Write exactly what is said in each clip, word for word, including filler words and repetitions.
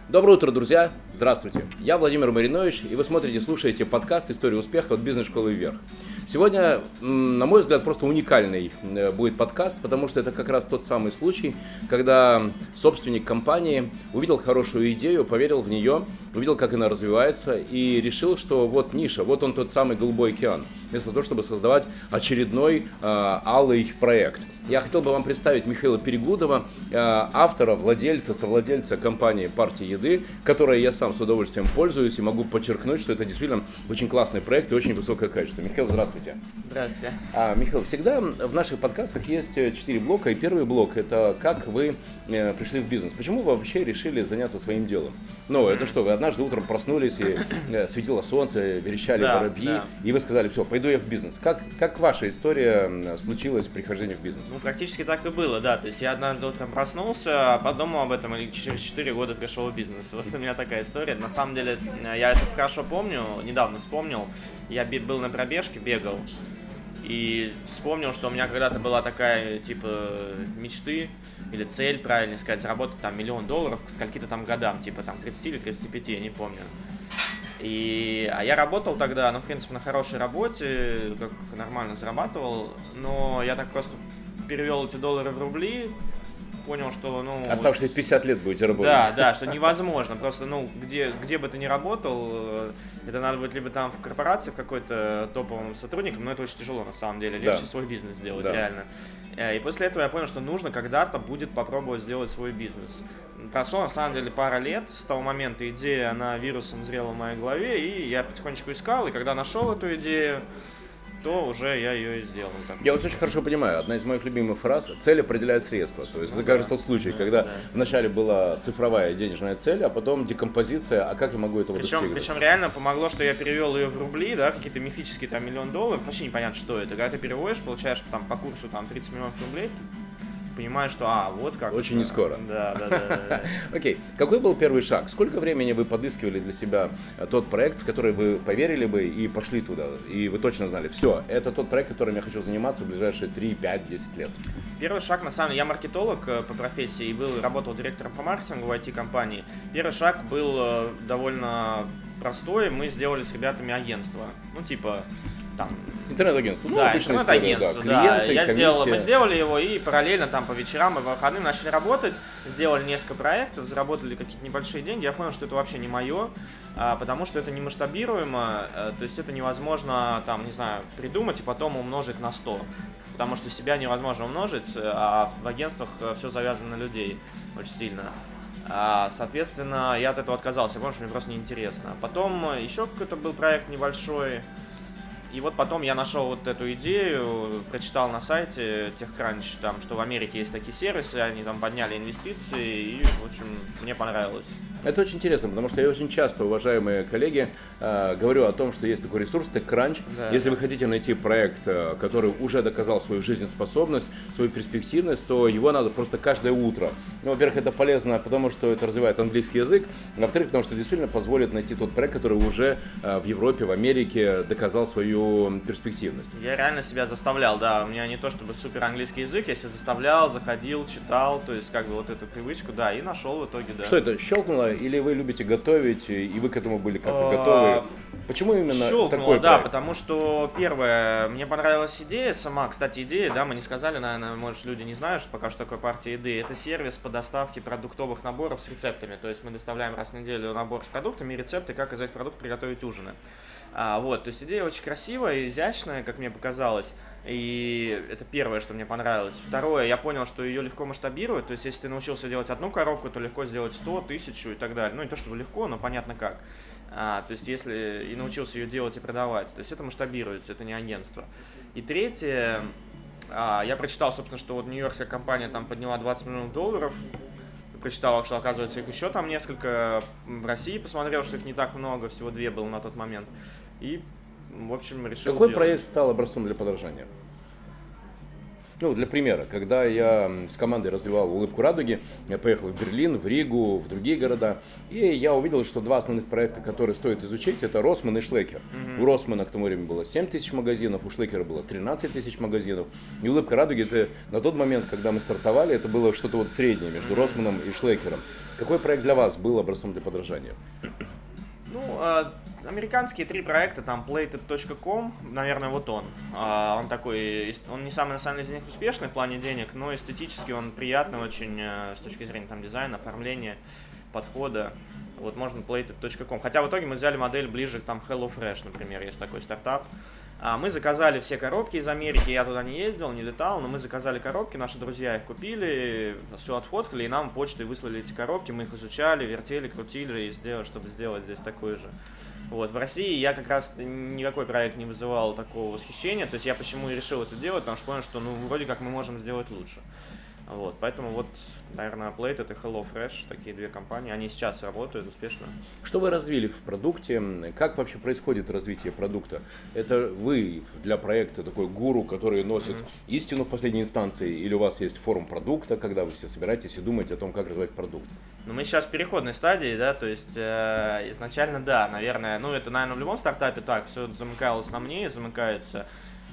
Доброе утро, друзья! Здравствуйте! Я Владимир Маринович, и вы смотрите, слушаете подкаст «История успеха» от бизнес-школы «Вверх». Сегодня, на мой взгляд, просто уникальный будет подкаст, потому что это как раз тот самый случай, когда собственник компании увидел хорошую идею, поверил в нее, увидел, как она развивается, и решил, что вот ниша, вот он тот самый голубой океан, вместо того, чтобы создавать очередной э, алый проект. Я хотел бы вам представить Михаила Перегудова, э, автора, владельца, совладельца компании «Партия еды», которой я сам с удовольствием пользуюсь, и могу подчеркнуть, что это действительно очень классный проект и очень высокое качество. Михаил, здравствуйте. Здравствуйте. А, Михаил, всегда в наших подкастах есть четыре блока, и первый блок – это как вы э, пришли в бизнес. Почему вы вообще решили заняться своим делом? Ну, это что, вы однажды утром проснулись, и э, светило солнце, верещали да, воробьи, да. и вы сказали, все, пойду я в бизнес. Как, как ваша история случилась при хождении в бизнес? Ну, практически так и было, да. То есть я однажды утром проснулся, а подумал об этом, и через четыре года пришел в бизнес. Вот у меня такая история. На самом деле, я это хорошо помню, недавно вспомнил. Я был на пробежке, бегал, и вспомнил, что у меня когда-то была такая, типа, мечты, или цель, правильно сказать, заработать там миллион долларов к скольки-то там годам, типа там тридцати или тридцати пяти, я не помню. И, а я работал тогда, ну, в принципе, на хорошей работе, как нормально зарабатывал, но я так просто перевел эти доллары в рубли, понял, что, ну... Оставшиеся пятьдесят лет будете работать. Да, да, что невозможно, просто, ну, где, где бы ты ни работал, это надо быть либо там в корпорации, в какой-то топовым сотрудником, но это очень тяжело, на самом деле, легче да. свой бизнес сделать, да. реально. И после этого я понял, что нужно когда-то будет попробовать сделать свой бизнес. Прошло, на самом деле, пара лет, с того момента идея, она вирусом зрела в моей голове, и я потихонечку искал, и когда нашел эту идею, то уже я ее и сделал. Так. Я вот очень хорошо понимаю, одна из моих любимых фраз – цель определяет средства. То есть ну, это, кажется, да, тот случай, да, когда да. вначале была цифровая денежная цель, а потом декомпозиция, а как я могу этого причем, достигнуть? Причем реально помогло, что я перевел ее в рубли, да, какие-то мифические там миллион долларов, вообще непонятно, что это. Когда ты переводишь, получаешь там по курсу там тридцать миллионов рублей, понимаешь, что, а, вот как. Очень не скоро. Да, да, да. Окей. Какой был первый шаг? Сколько времени вы подыскивали для себя тот проект, в который вы поверили бы и пошли туда? И вы точно знали, все, это тот проект, которым я хочу заниматься в ближайшие три, пять, десять лет. Первый шаг, на самом деле, я маркетолог по профессии и был, работал директором по маркетингу в ай ти-компании. Первый шаг был довольно простой. Мы сделали с ребятами агентство. Ну, типа... Там, интернет-агентство, ну, да, обычная интернет-агентство, история, да. Клиенты, да. Я комиссия. сделал, мы сделали его и параллельно там по вечерам и по выходным начали работать, сделали несколько проектов, заработали какие-то небольшие деньги. Я понял, что это вообще не мое, потому что это не масштабируемо, то есть это невозможно, там, не знаю, придумать и потом умножить на сто, потому что себя невозможно умножить, а в агентствах все завязано на людей очень сильно. Соответственно, я от этого отказался, потому что мне просто неинтересно. Потом еще какой-то был проект небольшой. И вот потом я нашел вот эту идею, прочитал на сайте TechCrunch, там, что в Америке есть такие сервисы, они там подняли инвестиции, и, в общем, мне понравилось. Это очень интересно, потому что я очень часто, уважаемые коллеги, э, говорю о том, что есть такой ресурс TechCrunch. Да. Если вы хотите найти проект, э, который уже доказал свою жизнеспособность, свою перспективность, то его надо просто каждое утро. Ну, во-первых, это полезно, потому что это развивает английский язык, а во-вторых, потому что действительно позволит найти тот проект, который уже э, в Европе, в Америке доказал свою перспективность. Я реально себя заставлял, да, у меня не то чтобы супер английский язык, я себя заставлял, заходил, читал, то есть как бы вот эту привычку, да, и нашел в итоге, да. Что это, щелкнуло, или вы любите готовить, и вы к этому были как-то готовы? Почему именно щелкнуло, такой да, проект? потому что, первое, мне понравилась идея сама, кстати, идея, да, мы не сказали, наверное, может, люди не знают, что пока что такое партия еды, это сервис по доставке продуктовых наборов с рецептами, то есть мы доставляем раз в неделю набор с продуктами и рецепты, как из этих продуктов приготовить ужины. А, вот, то есть идея очень красивая, изящная, как мне показалось, и это первое, что мне понравилось. Второе, я понял, что ее легко масштабировать, то есть если ты научился делать одну коробку, то легко сделать сто, тысячу и так далее. Ну, не то чтобы легко, но понятно как. А, то есть если и научился ее делать и продавать, то есть это масштабируется, это не агентство. И третье, а, я прочитал, собственно, что вот нью-йоркская компания там подняла двадцать миллионов долларов, прочитал, что, оказывается, их еще там несколько, в России посмотрел, что их не так много, всего две было на тот момент. И, в общем, решил Какой делать. проект стал образцом для подражания? Ну, для примера, когда я с командой развивал улыбку радуги, я поехал в Берлин, в Ригу, в другие города, и я увидел, что два основных проекта, которые стоит изучить, это Rossmann и Schlecker. Mm-hmm. У Rossmann к тому времени было семь тысяч магазинов, у Schlecker было тринадцать тысяч магазинов. И улыбка радуги, это на тот момент, когда мы стартовали, это было что-то вот среднее между mm-hmm. Rossmann и Schlecker. Какой проект для вас был образцом для подражания? Ну, э, американские три проекта, там плейтед точка ком, наверное, вот он. Э, он такой, он не самый, на самом деле, из них успешный в плане денег, но эстетически он приятный очень э, с точки зрения там дизайна, оформления, подхода. Вот можно плейтед точка ком. Хотя в итоге мы взяли модель ближе к там HelloFresh, например, есть такой стартап. А мы заказали все коробки из Америки, я туда не ездил, не летал, но мы заказали коробки, наши друзья их купили, все отфоткали, и нам почтой выслали эти коробки, мы их изучали, вертели, крутили, и сделали, чтобы сделать здесь такой же. Вот. В России я как раз никакой проект не вызывал такого восхищения, то есть я почему и решил это делать, потому что понял, что ну вроде как мы можем сделать лучше. Вот, поэтому вот, наверное, Plated и HelloFresh, такие две компании, они сейчас работают успешно. Что вы развили в продукте? Как вообще происходит развитие продукта? Это вы для проекта такой гуру, который носит mm-hmm. истину в последней инстанции, или у вас есть форум продукта, когда вы все собираетесь и думаете о том, как развивать продукт? Ну, мы сейчас в переходной стадии, да, то есть э, изначально, да, наверное, ну, это, наверное, в любом стартапе так, все замыкалось на мне, замыкается.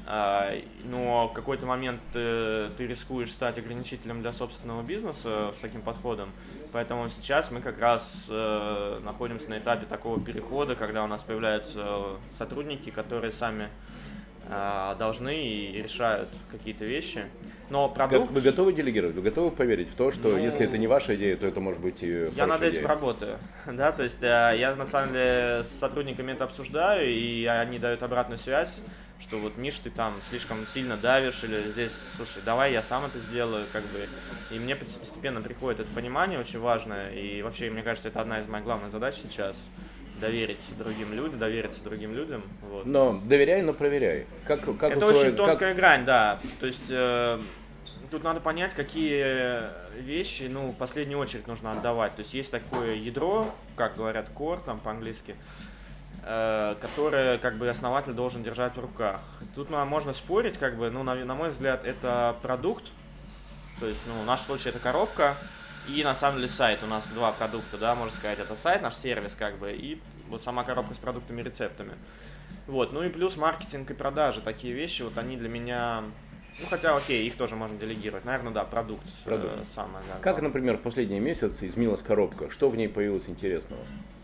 Но в какой-то момент ты, ты рискуешь стать ограничителем для собственного бизнеса с таким подходом. Поэтому сейчас мы как раз э, находимся на этапе такого перехода, когда у нас появляются сотрудники, которые сами э, должны и решают какие-то вещи. Но продукт... Вы готовы делегировать? Вы готовы поверить в то, что ну, если это не ваша идея, то это может быть и я над этим идея? работаю. Да, то есть я на самом деле с сотрудниками это обсуждаю, и они дают обратную связь, что вот, Миш, ты там слишком сильно давишь, или здесь, слушай, давай я сам это сделаю, как бы. И мне постепенно приходит это понимание очень важное, и вообще, мне кажется, это одна из моих главных задач сейчас. Доверить другим людям, довериться другим людям. Вот. Но доверяй, но проверяй. Как, как это устроен, очень тонкая как... грань, да. То есть э, тут надо понять, какие вещи, ну, в последнюю очередь нужно отдавать. То есть есть такое ядро, как говорят, core, там по-английски, э, которое, как бы, основатель должен держать в руках. Тут ну, можно спорить, как бы, ну, на, на мой взгляд, это продукт. То есть, ну, в нашем случае это коробка. И на самом деле сайт, у нас два продукта, да, можно сказать, это сайт, наш сервис, как бы, и вот сама коробка с продуктами, рецептами. Вот, ну и плюс маркетинг и продажи, такие вещи, вот они для меня, ну хотя, окей, их тоже можно делегировать, наверное, да, продукт, продукт. Э, самое, да. Как, например, в последние месяцы изменилась коробка, что в ней появилось интересного?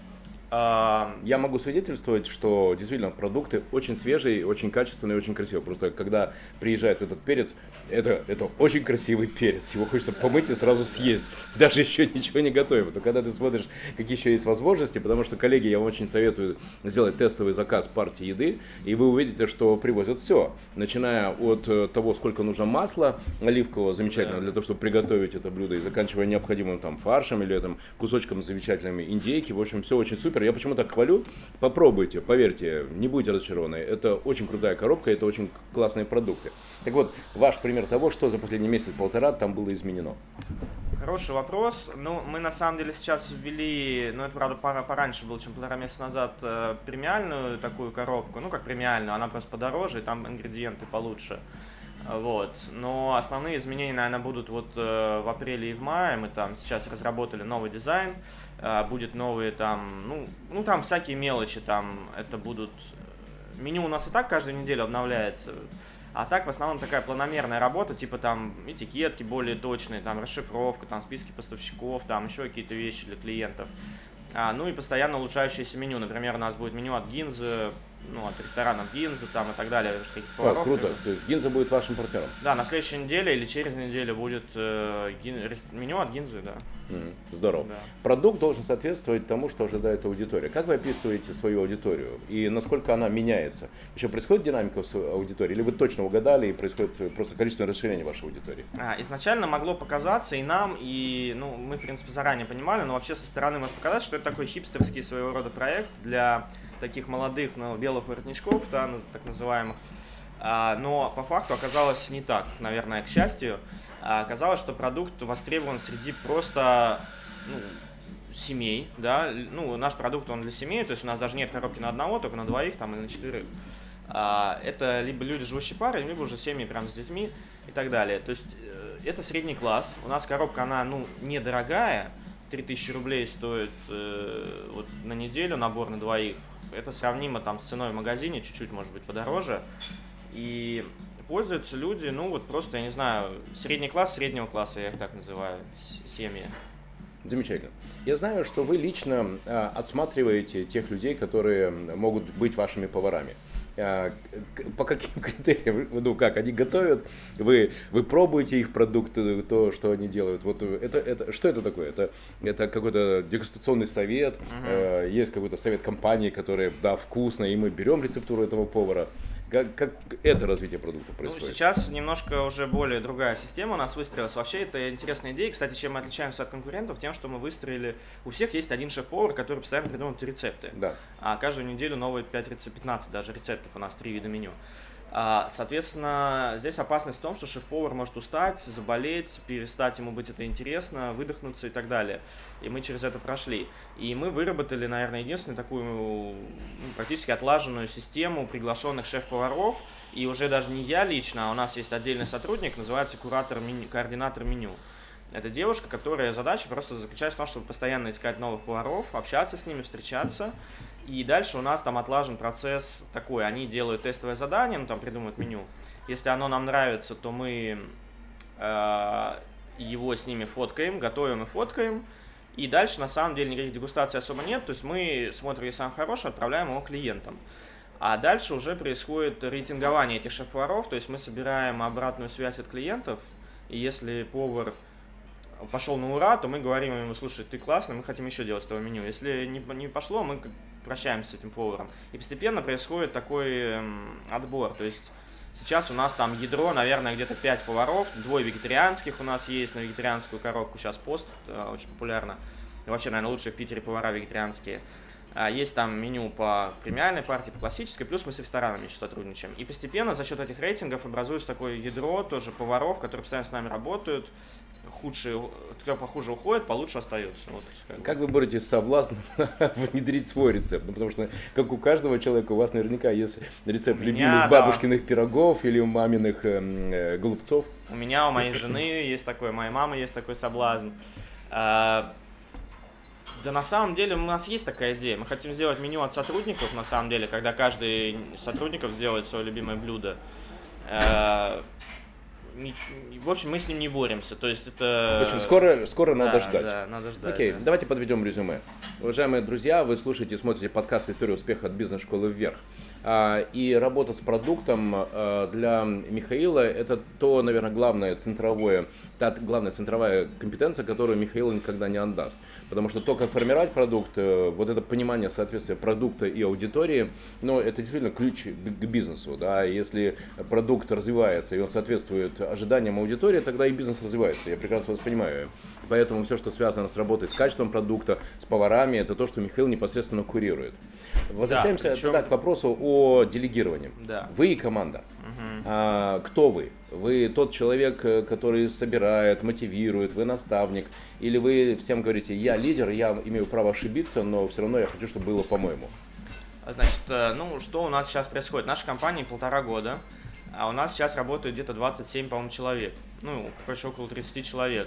Я могу свидетельствовать, что действительно продукты очень свежие, очень качественные, очень красивые. Просто когда приезжает этот перец, это, это очень красивый перец. Его хочется помыть и сразу съесть, даже еще ничего не готовив. То когда ты смотришь, какие еще есть возможности, потому что, коллеги, я вам очень советую сделать тестовый заказ партии еды, и вы увидите, что привозят все. Начиная от того, сколько нужно масла оливкового замечательного для того, чтобы приготовить это блюдо, и заканчивая необходимым там фаршем или там кусочком замечательными индейки. В общем, все очень супер. Я почему так хвалю? Попробуйте, поверьте, не будете разочарованы. Это очень крутая коробка, это очень классные продукты. Так вот, ваш пример того, что за последний месяц-полтора там было изменено. Хороший вопрос. Ну, мы на самом деле сейчас ввели, ну это правда пора, пораньше было, чем полтора месяца назад, э, премиальную такую коробку. Ну как премиальную, она просто подороже, и там ингредиенты получше. Вот. Но основные изменения, наверное, будут вот э, в апреле и в мае. Мы там сейчас разработали новый дизайн. Э, будет новые там, ну, ну там всякие мелочи, там это будут... Меню у нас и так каждую неделю обновляется. А так, в основном, такая планомерная работа, типа там этикетки более точные, там расшифровка, там списки поставщиков, там еще какие-то вещи для клиентов. А, ну и постоянно улучшающееся меню. Например, у нас будет меню от Гинзы, ну, от ресторанов Гинзы там и так далее. А, круто. То есть Гинза будет вашим партнером? Да, на следующей неделе или через неделю будет э, гин... меню от Гинзы, да. Mm, здорово. Да. Продукт должен соответствовать тому, что ожидает аудитория. Как вы описываете свою аудиторию и насколько она меняется? Еще происходит динамика в аудитории или вы точно угадали и происходит просто количественное расширение вашей аудитории? А, изначально могло показаться и нам, и ну, мы, в принципе, заранее понимали, но вообще со стороны может показаться, что это такой хипстерский своего рода проект для таких молодых, ну, белых воротничков, да, так называемых. А, но по факту оказалось не так, наверное, к счастью. А, оказалось, что продукт востребован среди просто ну, семей, да. Ну, наш продукт, он для семей, то есть у нас даже нет коробки на одного, только на двоих там, или на четверых. А, это либо люди, живущие парой, либо уже семьи прям с детьми. и так далее. То есть это средний класс. У нас коробка, она, ну, недорогая, три тысячи рублей стоит э, вот, на неделю набор на двоих. Это сравнимо там с ценой в магазине, чуть-чуть, может быть, подороже. И пользуются люди, ну, вот просто, я не знаю, средний класс среднего класса, я их так называю, семьи. Замечательно. Я знаю, что вы лично а, отсматриваете тех людей, которые могут быть вашими поварами. А, по каким критериям? Ну как, они готовят, вы, вы пробуете их продукты, то, что они делают. Вот это, это, что это такое? Это, это какой-то дегустационный совет, uh-huh. а, есть какой-то совет компании, который, да, вкусно, и мы берем рецептуру этого повара. Как, как это развитие продукта происходит? Ну, сейчас немножко уже более другая система у нас выстроилась. Вообще, это интересная идея. Кстати, чем мы отличаемся от конкурентов? Тем, что мы выстроили... У всех есть один шеф-повар, который постоянно придумывает рецепты. Да. А каждую неделю новые пять рецептов, пятнадцать даже рецептов. У нас три вида меню. А, соответственно, здесь опасность в том, что шеф-повар может устать, заболеть, перестать ему быть это интересно, выдохнуться и так далее. И мы через это прошли. И мы выработали, наверное, единственную такую ну, практически отлаженную систему приглашенных шеф-поваров. И уже даже не я лично, а у нас есть отдельный сотрудник, называется куратор меню, координатор меню. Это девушка, которая задача просто заключается в том, чтобы постоянно искать новых поваров, общаться с ними, встречаться. И дальше у нас там отлажен процесс такой, они делают тестовое задание, ну там придумывают меню. Если оно нам нравится, то мы э, его с ними фоткаем, готовим и фоткаем. И дальше на самом деле никаких дегустаций особо нет, то есть мы смотрим, если он хороший, отправляем его клиентам. А дальше уже происходит рейтингование этих шеф-поваров, то есть мы собираем обратную связь от клиентов, и если повар пошел на ура, то мы говорим ему, слушай, ты классный, мы хотим еще делать с твоего меню. Если не, не пошло, мы прощаемся с этим поваром. И постепенно происходит такой эм, отбор. То есть сейчас у нас там ядро, наверное, где-то пять поваров, двое вегетарианских у нас есть на вегетарианскую коробку, сейчас пост, э, очень популярно. И вообще, наверное, лучшие в Питере повара вегетарианские. А есть там меню по премиальной партии, по классической, плюс мы с ресторанами еще сотрудничаем. И постепенно за счет этих рейтингов образуется такое ядро тоже поваров, которые постоянно с нами работают. Худшие, кто похуже уходит, получше остается. Вот, как, как вы боретесь с соблазном внедрить свой рецепт? Ну, потому что, как у каждого человека, у вас наверняка есть рецепт меня, любимых да. бабушкиных пирогов или у маминых э, голубцов. У меня, у моей жены есть такой, у моей мамы есть такой соблазн. А, да на самом деле у нас есть такая идея. Мы хотим сделать меню от сотрудников, на самом деле, когда каждый из сотрудников сделает свое любимое блюдо. А, в общем, мы с ним не боремся, то есть это... В общем, скоро, скоро да, надо ждать. Да, надо ждать. Окей, да. давайте подведем резюме. Уважаемые друзья, вы слушаете и смотрите подкаст «История успеха от бизнес-школы вверх». И работа с продуктом для Михаила – это то, наверное, главное центровое, та главная центровая компетенция, которую Михаил никогда не отдаст. Потому что то, как формировать продукт, вот это понимание соответствия продукта и аудитории, ну, это действительно ключ к бизнесу. Да? Если продукт развивается и он соответствует ожиданиям аудитории, тогда и бизнес развивается. Я прекрасно вас понимаю. Поэтому все, что связано с работой с качеством продукта, с поварами, это то, что Михаил непосредственно курирует. Возвращаемся да, причем... тогда к вопросу о делегировании. Да. Вы и команда. Угу. А, кто вы? Вы тот человек, который собирает, мотивирует, вы наставник? Или вы всем говорите, я лидер, я имею право ошибиться, но все равно я хочу, чтобы было по-моему? Значит, ну что у нас сейчас происходит? Наша компания полтора года, а у нас сейчас работает где-то двадцать семь, по-моему, человек. Ну, короче, около тридцать человек.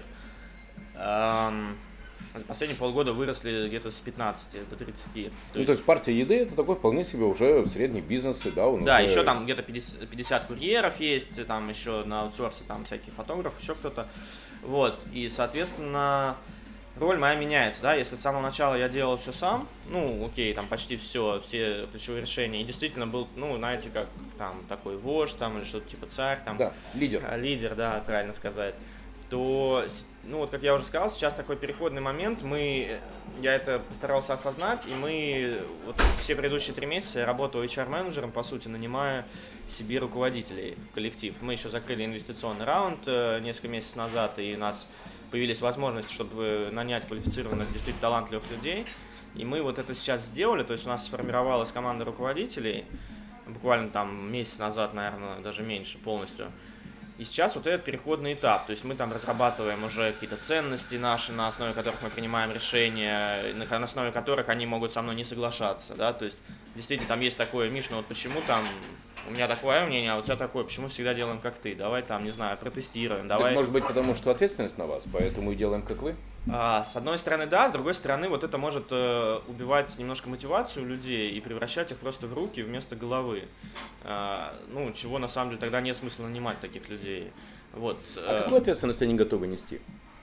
Эм... За последние полгода выросли где-то с пятнадцати до тридцати. То ну, есть... то есть партия еды это такой вполне себе уже средний бизнес, да? Он да, уже... еще там где-то пятьдесят, пятьдесят курьеров есть, там еще на аутсорсе там всякие фотографы, еще кто-то. Вот, и, соответственно, роль моя меняется, да, если с самого начала я делал все сам, ну, окей, там почти все, все ключевые решения, и действительно был, ну, знаете, как там такой вождь, там, или что-то типа царь, там. Да, лидер. Лидер, да, правильно сказать. То, ну вот как я уже сказал, сейчас такой переходный момент, мы, я это постарался осознать, и мы вот все предыдущие три месяца я работал эйч ар-менеджером, по сути, нанимая себе руководителей в коллектив. Мы еще закрыли инвестиционный раунд несколько месяцев назад, и у нас появились возможности, чтобы нанять квалифицированных, действительно талантливых людей, и мы вот это сейчас сделали, то есть у нас сформировалась команда руководителей, буквально там месяц назад, наверное, даже меньше полностью. И сейчас вот этот переходный этап, то есть мы там разрабатываем уже какие-то ценности наши, на основе которых мы принимаем решения, на основе которых они могут со мной не соглашаться, да, то есть действительно там есть такое, Миш, ну вот почему там у меня такое мнение, а у тебя такое, почему всегда делаем как ты? Давай там, не знаю, протестируем, давай. Так, может быть, потому что ответственность на вас, поэтому и делаем как вы? А, с одной стороны, да, с другой стороны, вот это может э, убивать немножко мотивацию людей и превращать их просто в руки вместо головы. А, ну, чего на самом деле тогда нет смысла нанимать таких людей. Вот. А какую ответственность они готовы нести?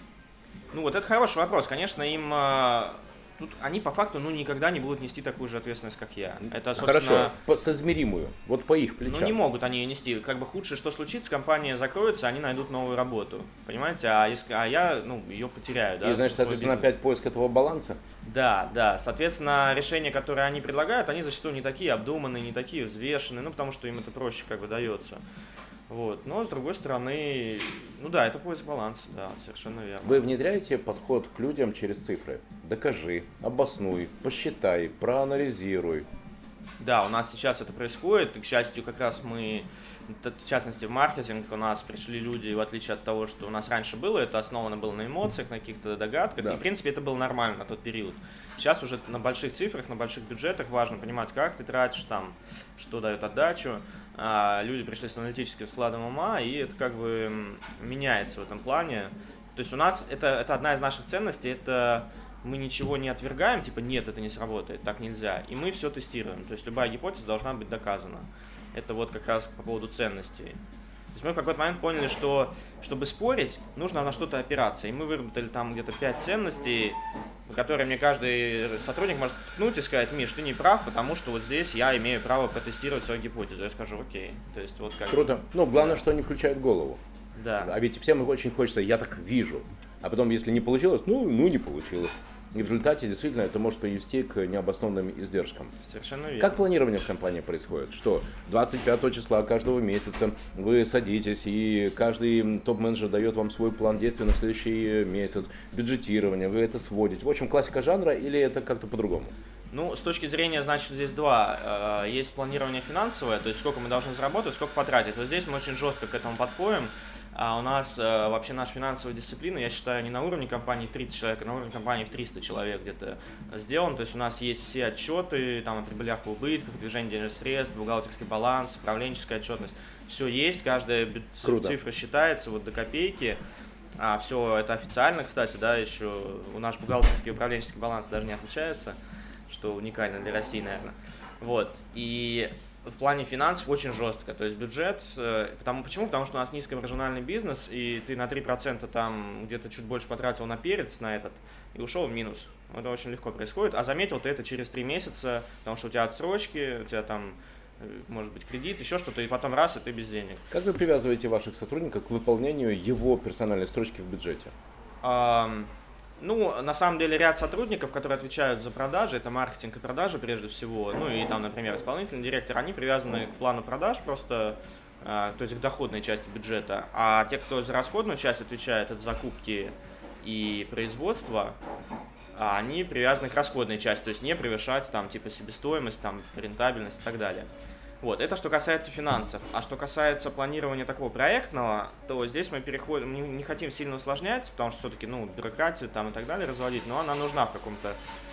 Ну, вот это хороший вопрос. Конечно, им... Э, тут они по факту ну, никогда не будут нести такую же ответственность, как я. Это, собственно... Хорошо, соизмеримую, вот по их плечам. Ну, не могут они ее нести. Как бы худшее, что случится, компания закроется, они найдут новую работу. Понимаете? А, если, а я ну, ее потеряю. И, да, значит, соответственно, бизнес. Опять поиск этого баланса? Да, да. Соответственно, решения, которые они предлагают, они зачастую не такие обдуманные, не такие взвешенные, ну, потому что им это проще как бы дается. Вот. Но, с другой стороны, ну да, это поиск баланса, да, совершенно верно. Вы внедряете подход к людям через цифры? Докажи, обоснуй, посчитай, проанализируй. Да, у нас сейчас это происходит, и, к счастью, как раз мы, в частности, в маркетинг у нас пришли люди, в отличие от того, что у нас раньше было, это основано было на эмоциях, на каких-то догадках, да. И, в принципе, это было нормально на тот период. Сейчас уже на больших цифрах, на больших бюджетах важно понимать, как ты тратишь, там, что дает отдачу. А люди пришли с аналитическим складом ума, и это как бы меняется в этом плане. То есть у нас это, это одна из наших ценностей, это мы ничего не отвергаем, типа нет, это не сработает, так нельзя. И мы все тестируем, то есть любая гипотеза должна быть доказана. Это вот как раз по поводу ценностей. То есть мы в какой-то момент поняли, что чтобы спорить, нужно на что-то опираться. И мы выработали там где-то пять ценностей, на которые мне каждый сотрудник может ткнуть и сказать: Миш, ты не прав, потому что вот здесь я имею право протестировать свою гипотезу. Я скажу: окей. То есть, вот как Круто. Ну, главное, да. что они включают голову. Да. А ведь всем очень хочется, я так вижу. А потом, если не получилось, ну, ну не получилось. И в результате действительно это может привести к необоснованным издержкам. Совершенно верно. Как планирование в компании происходит? Что двадцать пятого числа каждого месяца вы садитесь, и каждый топ-менеджер дает вам свой план действий на следующий месяц, бюджетирование, вы это сводите. В общем, классика жанра или это как-то по-другому? Ну, с точки зрения, значит, здесь два. Есть планирование финансовое, то есть сколько мы должны заработать, сколько потратить. Вот здесь мы очень жестко к этому подходим. А у нас э, вообще наша финансовая дисциплина, я считаю, не на уровне компании тридцать человек, а на уровне компании в триста человек где-то сделан. То есть у нас есть все отчеты там, о прибылях и убытках, движении денежных средств, бухгалтерский баланс, управленческая отчетность. Все есть, каждая Круто. Цифра считается вот до копейки. А все это официально, кстати, да, еще у наш бухгалтерский и управленческий баланс даже не отличается, что уникально для России, наверное. Вот. И в плане финансов очень жестко, то есть бюджет, потому, почему? Потому что у нас низкомаржинальный бизнес, и ты на три процента там где-то чуть больше потратил на перец, на этот, и ушел в минус. Это очень легко происходит, а заметил ты это через три месяца, потому что у тебя отсрочки, у тебя там, может быть, кредит, еще что-то, и потом раз, и ты без денег. Как вы привязываете ваших сотрудников к выполнению его персональной строчки в бюджете? А, Ну, на самом деле, ряд сотрудников, которые отвечают за продажи, это маркетинг и продажи прежде всего, ну и там, например, исполнительный директор, они привязаны к плану продаж просто, то есть к доходной части бюджета, а те, кто за расходную часть отвечает, это закупки и производство, они привязаны к расходной части, то есть не превышать там типа себестоимость, там рентабельность и так далее. Вот, это что касается финансов. А что касается планирования такого проектного, то здесь мы переходим, не, не хотим сильно усложнять, потому что все-таки, ну, бюрократию там и так далее разводить, но она нужна в каком-то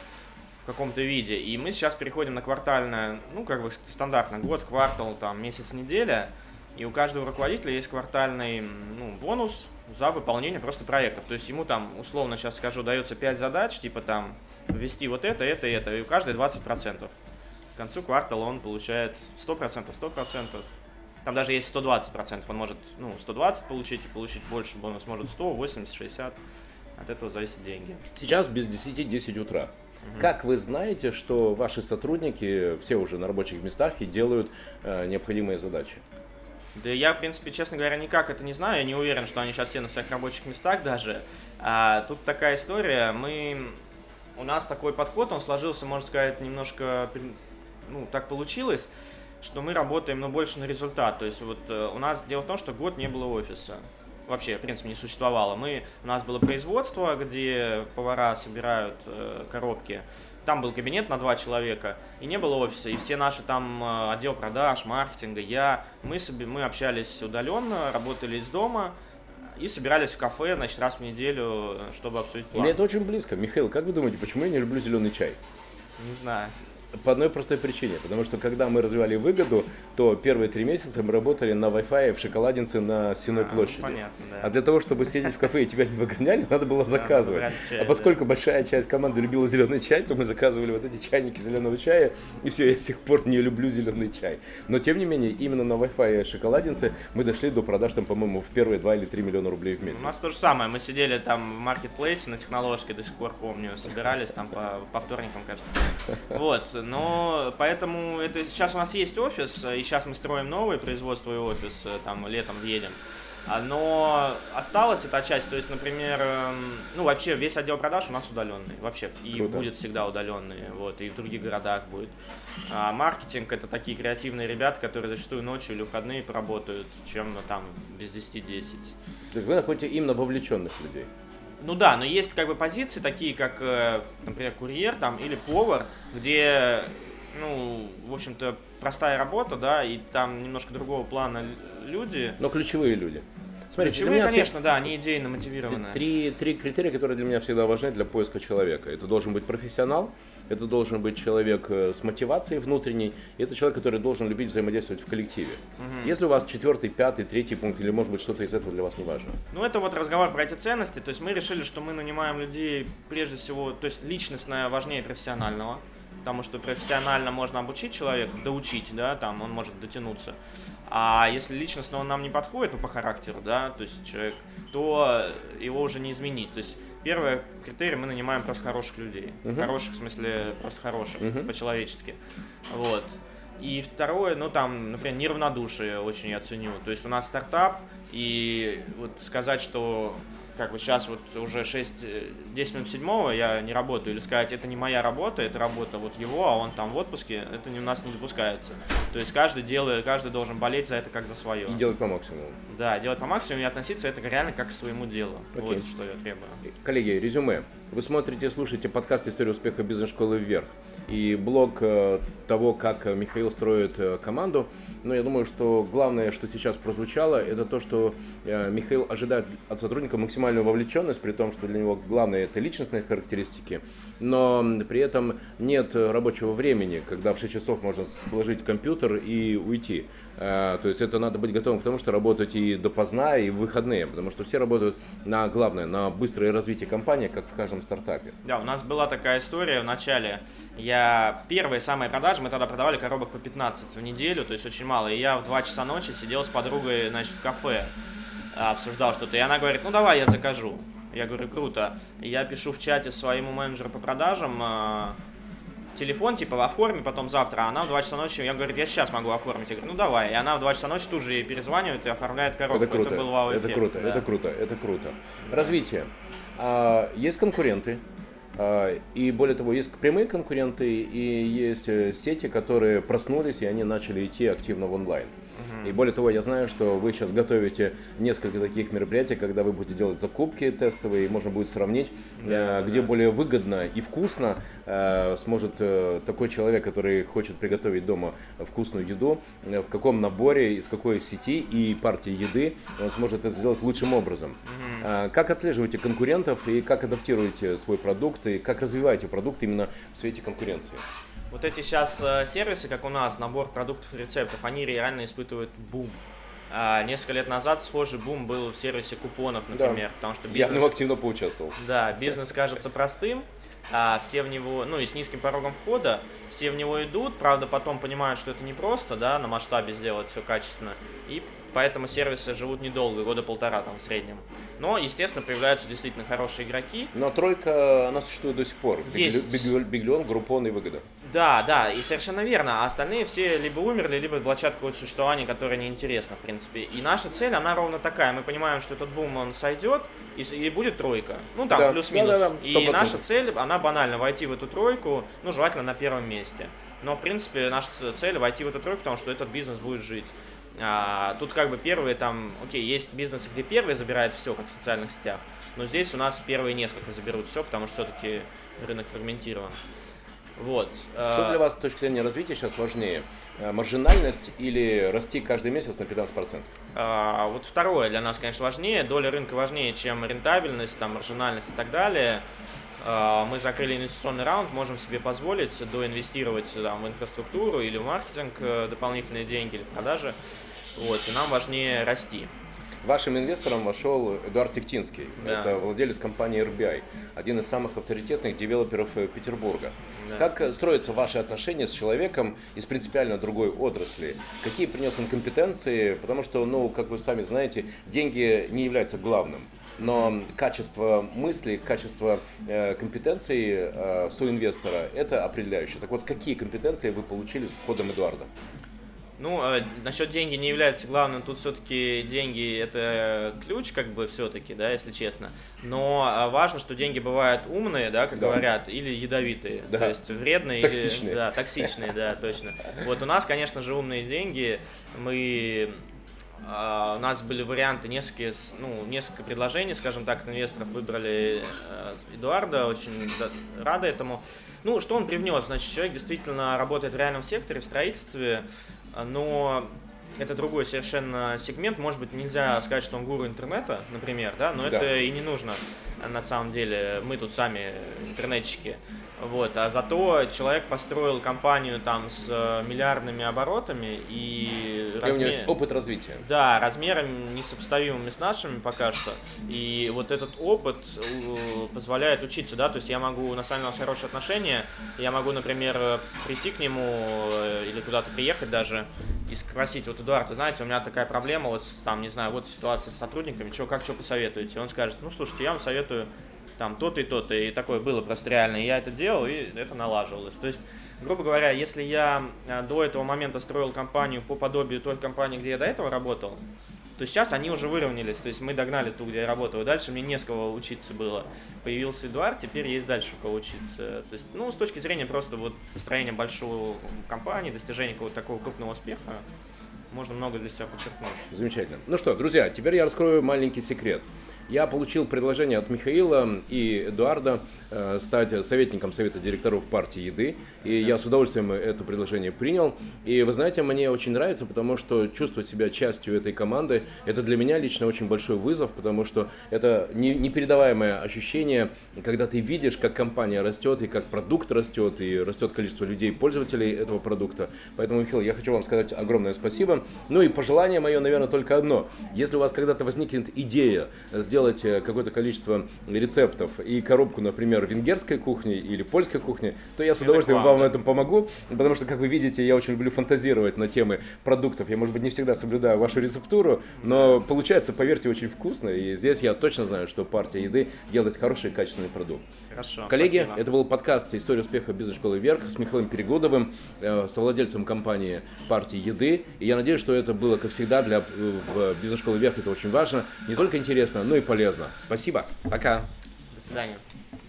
в каком-то виде. И мы сейчас переходим на квартальное, ну, как бы стандартно, год, квартал, там, месяц, неделя. И у каждого руководителя есть квартальный, ну, бонус за выполнение просто проектов. То есть ему там, условно сейчас скажу, дается пять задач, типа там, ввести вот это, это, это, и у каждой двадцать процентов. К концу квартала он получает сто процентов, сто процентов. Там даже есть сто двадцать процентов. Он может, ну, сто двадцать получить и получить больше. Бонус может сто, восемьдесят, шестьдесят. От этого зависят деньги. Сейчас без десяти десять утра. Угу. Как вы знаете, что ваши сотрудники все уже на рабочих местах и делают э, необходимые задачи? Да я, в принципе, честно говоря, никак это не знаю. Я не уверен, что они сейчас все на своих рабочих местах даже. А, тут такая история. Мы... У нас такой подход, он сложился, можно сказать, немножко... Ну, так получилось, что мы работаем, но больше на результат. То есть вот э, у нас дело в том, что год не было офиса. Вообще, в принципе, не существовало. Мы, у нас было производство, где повара собирают э, коробки. Там был кабинет на два человека, и не было офиса. И все наши там э, отдел продаж, маркетинга, я, мы, себе, мы общались удаленно, работали из дома и собирались в кафе, значит, раз в неделю, чтобы обсудить план. Мне это очень близко. Михаил, как вы думаете, почему я не люблю зеленый чай? Не знаю. По одной простой причине, потому что когда мы развивали выгоду, то первые три месяца мы работали на Wi-Fi в шоколаднице на Сенной а, площади. Ну, понятно, да. А для того, чтобы сидеть в кафе и тебя не выгоняли, надо было заказывать. Да, чай, а поскольку да. большая часть команды любила зеленый чай, то мы заказывали вот эти чайники зеленого чая, и все, я с тех пор не люблю зеленый чай. Но тем не менее, именно на Wi-Fi шоколаднице мы дошли до продаж, там, по-моему, в первые два или три миллиона рублей в месяц. У нас то же самое, мы сидели там в маркетплейсе на Техноложке, до сих пор помню, собирались там по, по вторникам, кажется. Вот, но поэтому это сейчас у нас есть офис, и сейчас мы строим новый производство и офис, там летом въедем. Но осталась эта часть, то есть, например, ну вообще весь отдел продаж у нас удаленный, вообще, и Круто. Будет всегда удаленный, вот, и в других городах будет. А маркетинг — это такие креативные ребята, которые зачастую ночью или выходные поработают, чем ну, там без десяти-десять. То есть вы находите именно вовлеченных людей? Ну да, но есть как бы позиции такие, как, например, курьер там или повар, где, ну, в общем-то, простая работа, да, и там немножко другого плана люди. Но ключевые люди. Смотрите, ключевые, конечно, да, они идейно мотивированы. Три, три критерия, которые для меня всегда важны для поиска человека. Это должен быть профессионал, это должен быть человек с мотивацией внутренней, и это человек, который должен любить взаимодействовать в коллективе. Угу. Если у вас четвертый, пятый, третий пункт, или может быть что-то из этого для вас не важно? Ну это вот разговор про эти ценности, то есть мы решили, что мы нанимаем людей прежде всего, то есть личностное важнее профессионального, потому что профессионально можно обучить человека, доучить, да, там он может дотянуться. А если личностно он нам не подходит, ну по характеру, да, то есть человек, то его уже не изменить. То есть первый критерий — мы нанимаем просто хороших людей. Uh-huh. Хороших, в смысле, просто хороших, uh-huh. по-человечески. Вот. И второе, ну там, например, неравнодушие очень я ценю. То есть у нас стартап, и вот сказать, что как бы сейчас вот уже шесть-десять минут седьмого я не работаю, или сказать, это не моя работа, это работа вот его, а он там в отпуске, это не, у нас не допускается. То есть каждый делает, каждый должен болеть за это как за свое. И делать по максимуму. Да, делать по максимуму и относиться это реально как к своему делу. Okay. Вот что я требую. Коллеги, резюме. Вы смотрите, слушаете подкаст «История успеха бизнес-школы вверх» и блог э, того, как Михаил строит э, команду. Но я думаю, что главное, что сейчас прозвучало, это то, что э, Михаил ожидает от сотрудника максимальную вовлеченность, при том, что для него главное это личностные характеристики, но при этом нет рабочего времени, когда в шесть часов можно сложить компьютер и уйти. Э, то есть это надо быть готовым к тому, что работать и допоздна, и в выходные, потому что все работают на главное, на быстрое развитие компании, как в каждом стартапе. Да, у нас была такая история в начале. Я первые самые продажи, мы тогда продавали коробок по пятнадцать в неделю, то есть очень мало. И я в два часа ночи сидел с подругой, значит, в кафе, обсуждал что-то. И она говорит, ну давай я закажу. Я говорю, круто. И я пишу в чате своему менеджеру по продажам телефон, типа, оформи потом завтра. А она в два часа ночи, я говорю, я сейчас могу оформить. Я говорю, ну давай. И она в два часа ночи тут же ей перезванивает и оформляет коробку. Это круто, это был вау-эффект. Это круто, да. это круто, это круто. Развитие. А, есть конкуренты. И более того, есть прямые конкуренты и есть сети, которые проснулись и они начали идти активно в онлайн. И более того, я знаю, что вы сейчас готовите несколько таких мероприятий, когда вы будете делать закупки тестовые, и можно будет сравнить, да, где да. более выгодно и вкусно сможет такой человек, который хочет приготовить дома вкусную еду, в каком наборе, из какой сети и партии еды он сможет это сделать лучшим образом. Угу. Как отслеживаете конкурентов и как адаптируете свой продукт, и как развиваете продукт именно в свете конкуренции? Вот эти сейчас э, сервисы, как у нас, набор продуктов и рецептов, они реально испытывают бум. А, несколько лет назад схожий бум был в сервисе купонов, например, да. потому что бизнес... Я в нем активно поучаствовал. Да, бизнес кажется простым, а все в него, ну и с низким порогом входа, все в него идут, правда потом понимают, что это не просто, да, на масштабе сделать все качественно, и поэтому сервисы живут недолго, года полтора там в среднем. Но, естественно, появляются действительно хорошие игроки. Но тройка, она существует до сих пор. Есть. Биглион, Группон и Выгода. Да, да, и совершенно верно. А остальные все либо умерли, либо влачат какое-то существование, которое неинтересно, в принципе. И наша цель, она ровно такая. Мы понимаем, что этот бум, он сойдет, и, и будет тройка. Ну, там, да. плюс-минус. Да, да, да, и наша цель, она банально, войти в эту тройку, ну, желательно на первом месте. Но, в принципе, наша цель войти в эту тройку, потому что этот бизнес будет жить. А, тут как бы первые там, окей, есть бизнесы, где первые забирают все, как в социальных сетях, но здесь у нас первые несколько заберут все, потому что все-таки рынок фрагментирован. Вот. Что для вас с точки зрения развития сейчас важнее? Маржинальность или расти каждый месяц на пятнадцать процентов? А, вот второе для нас, конечно, важнее. Доля рынка важнее, чем рентабельность, там, маржинальность и так далее. мы закрыли инвестиционный раунд, можем себе позволить доинвестировать там, в инфраструктуру или в маркетинг дополнительные деньги или в продажи. Вот, и нам важнее расти. Вашим инвестором вошел Эдуард Тектинский. Да. Это владелец компании эр би ай, один из самых авторитетных девелоперов Петербурга. Да. Как строятся ваши отношения с человеком из принципиально другой отрасли? Какие принес он компетенции? Потому что, ну, как вы сами знаете, деньги не являются главным. Но качество мысли, качество э, компетенций э, соинвестора – это определяющее. Так вот, какие компетенции вы получили с входом Эдуарда? Ну, э, насчет деньги не является главным, тут все-таки деньги это ключ, как бы все-таки, да, если честно. Но э, важно, что деньги бывают умные, да, как да. говорят, или ядовитые, да. то есть вредные, токсичные. Или, да, токсичные, да, точно. Вот у нас, конечно же, умные деньги, мы... Uh, у нас были варианты, несколько, ну, несколько предложений, скажем так, инвесторов выбрали uh, Эдуарда, очень рады этому. Ну, что он привнес? Значит, человек действительно работает в реальном секторе, в строительстве, но это другой совершенно сегмент. Может быть, нельзя сказать, что он гуру интернета, например, да, но да. это и не нужно на самом деле. Мы тут сами интернетчики. Вот, а зато человек построил компанию там с миллиардными оборотами и, и размер... у него есть опыт развития. Да, размерами несопоставимыми с нашими пока что. И вот этот опыт позволяет учиться, да, то есть я могу, на самом деле у нас хорошие отношения, я могу, например, прийти к нему или куда-то приехать даже и спросить: вот, Эдуард, вы знаете, у меня такая проблема, вот там, не знаю, вот ситуация с сотрудниками, что, как что посоветуете? Он скажет: ну, слушайте, я вам советую там то-то и то-то, и такое было просто реально, и я это делал, и это налаживалось. То есть, грубо говоря, если я до этого момента строил компанию по подобию той компании, где я до этого работал, то сейчас они уже выровнялись, то есть мы догнали ту, где я работал, и дальше мне не с кого учиться было. Появился Эдуард, теперь есть дальше у кого учиться. То есть, ну, с точки зрения просто вот построения большой компании, достижения какого-то такого крупного успеха, можно много для себя подчеркнуть. Замечательно. Ну что, друзья, теперь я раскрою маленький секрет. Я получил предложение от Михаила и Эдуарда э, стать советником совета директоров партии еды, и я с удовольствием это предложение принял. И вы знаете, мне очень нравится, потому что чувствовать себя частью этой команды, это для меня лично очень большой вызов, потому что это не, непередаваемое ощущение, когда ты видишь, как компания растет, и как продукт растет, и растет количество людей, пользователей этого продукта. Поэтому, Михаил, я хочу вам сказать огромное спасибо. Ну и пожелание мое, наверное, только одно. Если у вас когда-то возникнет идея сделать сделать какое-то количество рецептов и коробку, например, венгерской кухни или польской кухни, то я с удовольствием вам в этом помогу, потому что, как вы видите, я очень люблю фантазировать на темы продуктов. Я, может быть, не всегда соблюдаю вашу рецептуру, но получается, поверьте, очень вкусно, и здесь я точно знаю, что партия еды делает хороший и качественный продукт. Хорошо, коллеги, спасибо. Это был подкаст «История успеха бизнес-школы Вверх» с Михаилом Перегудовым, э, совладельцем компании партии еды. И я надеюсь, что это было, как всегда, для э, бизнес-школы Вверх это очень важно, не только интересно, но и полезно. Спасибо, пока. До свидания.